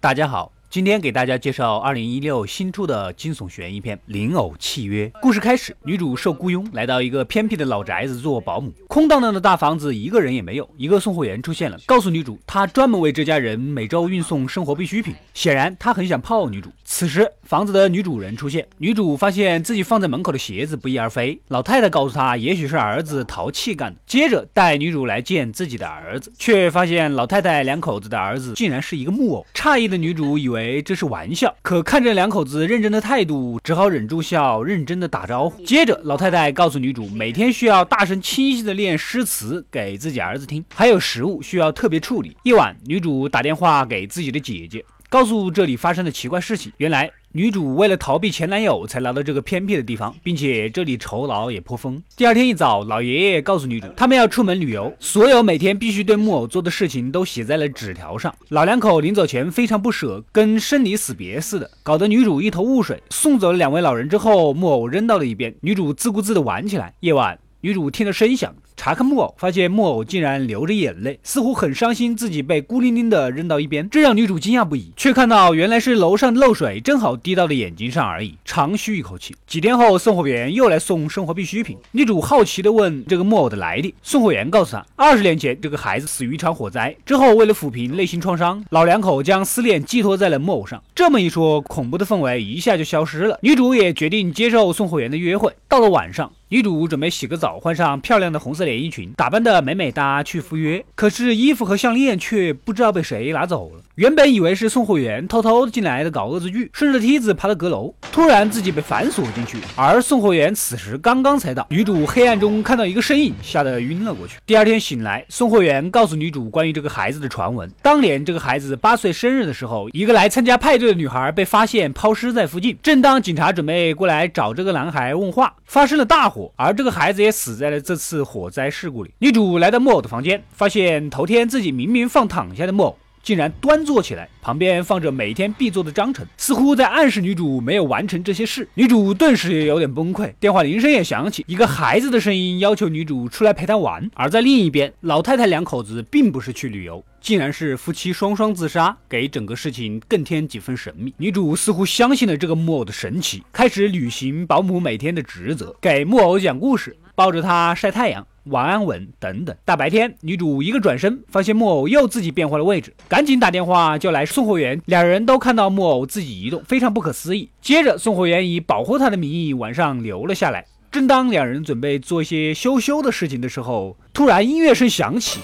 大家好，今天给大家介绍2016新出的惊悚悬疑片《灵偶契约》。故事开始，女主受雇佣来到一个偏僻的老宅子做保姆，空荡荡的大房子一个人也没有。一个送货员出现了，告诉女主他专门为这家人每周运送生活必需品。显然他很想泡女主。此时房子的女主人出现，女主发现自己放在门口的鞋子不翼而飞。老太太告诉她，也许是儿子淘气干的。接着带女主来见自己的儿子，却发现老太太两口子的儿子竟然是一个木偶。诧异的女主以为这是玩笑，可看着两口子认真的态度，只好忍住笑，认真的打招呼。接着老太太告诉女主，每天需要大声清晰的念诗词给自己儿子听，还有食物需要特别处理。夜晚，女主打电话给自己的姐姐，告诉这里发生的奇怪事情。原来女主为了逃避前男友才来到这个偏僻的地方，并且这里酬劳也颇丰。第二天一早，老爷爷告诉女主他们要出门旅游，所有每天必须对木偶做的事情都写在了纸条上。老两口临走前非常不舍，跟生离死别似的，搞得女主一头雾水。送走了两位老人之后，木偶扔到了一边，女主自顾自地玩起来。夜晚，女主听了声响，查看木偶，发现木偶竟然流着眼泪，似乎很伤心自己被孤零零的扔到一边，这让女主惊讶不已。却看到原来是楼上的漏水正好滴到了眼睛上而已，长吁一口气。几天后，送货员又来送生活必需品，女主好奇地问这个木偶的来历。送货员告诉她，20年前这个孩子死于一场火灾，之后为了抚平内心创伤，老两口将思念寄托在了木偶上。这么一说，恐怖的氛围一下就消失了。女主也决定接受送货员的约会。到了晚上，女主准备洗个澡，换上漂亮的红色连衣裙，打扮得美美哒去赴约。可是衣服和项链却不知道被谁拿走了。原本以为是送货员偷偷进来的搞恶作剧，顺着梯子爬到阁楼，突然自己被反锁进去。而送货员此时刚刚才到，女主黑暗中看到一个身影，吓得晕了过去。第二天醒来，送货员告诉女主关于这个孩子的传闻。当年这个孩子8岁生日的时候，一个来参加派对的女孩被发现抛尸在附近。正当警察准备过来找这个男孩问话，发生了大火，而这个孩子也死在了这次火灾事故里。女主来到木偶的房间，发现头天自己明明放躺下的木偶竟然端坐起来，旁边放着每天必做的章程，似乎在暗示女主没有完成这些事。女主顿时有点崩溃，电话铃声也响起，一个孩子的声音要求女主出来陪他玩。而在另一边，老太太两口子并不是去旅游，竟然是夫妻双双自杀，给整个事情更添几分神秘。女主似乎相信了这个木偶的神奇，开始履行保姆每天的职责，给木偶讲故事，抱着他晒太阳，晚安吻等等。大白天，女主一个转身，发现木偶又自己变换了位置，赶紧打电话叫来送货员。两人都看到木偶自己移动，非常不可思议。接着送货员以保护他的名义晚上留了下来。正当两人准备做一些羞羞的事情的时候，突然音乐声响起，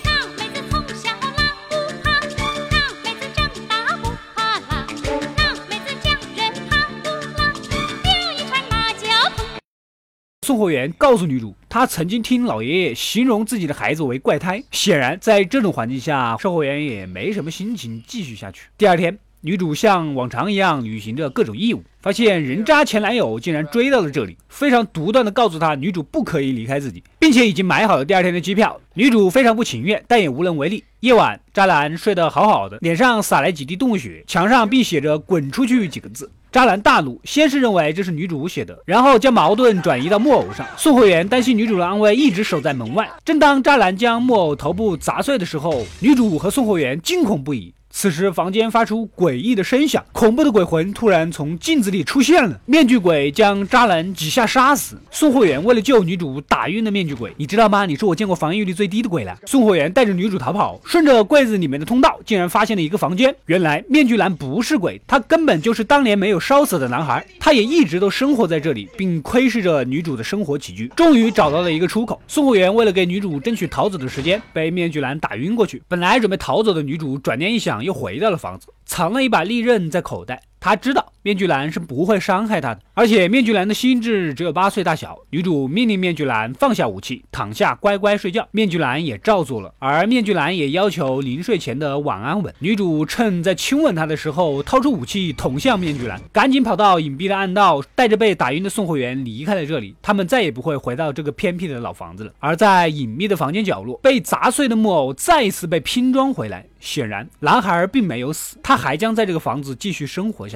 送货员告诉女主，他曾经听老爷爷形容自己的孩子为怪胎。显然在这种环境下，售货员也没什么心情继续下去。第二天，女主像往常一样履行着各种义务，发现人渣前男友竟然追到了这里，非常独断地告诉她女主不可以离开自己，并且已经买好了第二天的机票。女主非常不情愿，但也无能为力。夜晚，渣男睡得好好的，脸上洒来几滴冻血，墙上并写着滚出去几个字。渣男大怒，先是认为这是女主写的，然后将矛盾转移到木偶上。送货员担心女主的安危，一直守在门外。正当渣男将木偶头部砸碎的时候，女主和送货员惊恐不已。此时房间发出诡异的声响，恐怖的鬼魂突然从镜子里出现了，面具鬼将渣男几下杀死。送货员为了救女主打晕了面具鬼，你知道吗？你是我见过防御力最低的鬼了。送货员带着女主逃跑，顺着柜子里面的通道竟然发现了一个房间。原来面具男不是鬼，他根本就是当年没有烧死的男孩，他也一直都生活在这里，并窥视着女主的生活起居。终于找到了一个出口，送货员为了给女主争取逃走的时间，被面具男打晕过去。本来准备逃走的女主转念一想，又回到了房子，藏了一把利刃在口袋。他知道面具男是不会伤害他的，而且面具男的心智只有8岁大小。女主命令面具男放下武器，躺下乖乖睡觉。面具男也照做了，而面具男也要求临睡前的晚安吻。女主趁在亲吻他的时候，掏出武器捅向面具男，赶紧跑到隐蔽的暗道，带着被打晕的送货员离开了这里。他们再也不会回到这个偏僻的老房子了。而在隐秘的房间角落，被砸碎的木偶再一次被拼装回来。显然男孩并没有死，他还将在这个房子继续生活下去。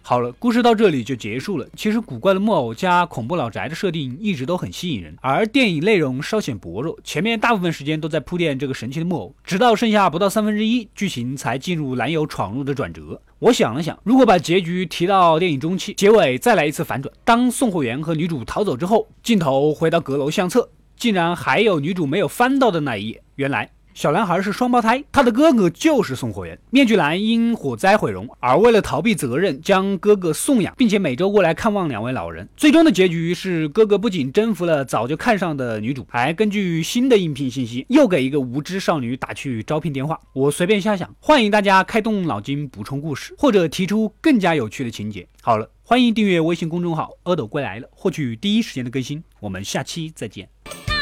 好了，故事到这里就结束了。其实古怪的木偶加恐怖老宅的设定一直都很吸引人，而电影内容稍显薄弱，前面大部分时间都在铺垫这个神奇的木偶，直到剩下不到1/3，剧情才进入男友闯入的转折。我想了想，如果把结局提到电影中期，结尾再来一次反转，当送货员和女主逃走之后，镜头回到阁楼相册，竟然还有女主没有翻到的那一页，原来小男孩是双胞胎，他的哥哥就是送货员。面具男因火灾毁容，而为了逃避责任，将哥哥送养，并且每周过来看望2位老人。最终的结局是，哥哥不仅征服了早就看上的女主，还根据新的应聘信息，又给一个无知少女打去招聘电话。我随便瞎想，欢迎大家开动脑筋补充故事，或者提出更加有趣的情节。好了，欢迎订阅微信公众号“阿斗归来了”，获取第一时间的更新。我们下期再见。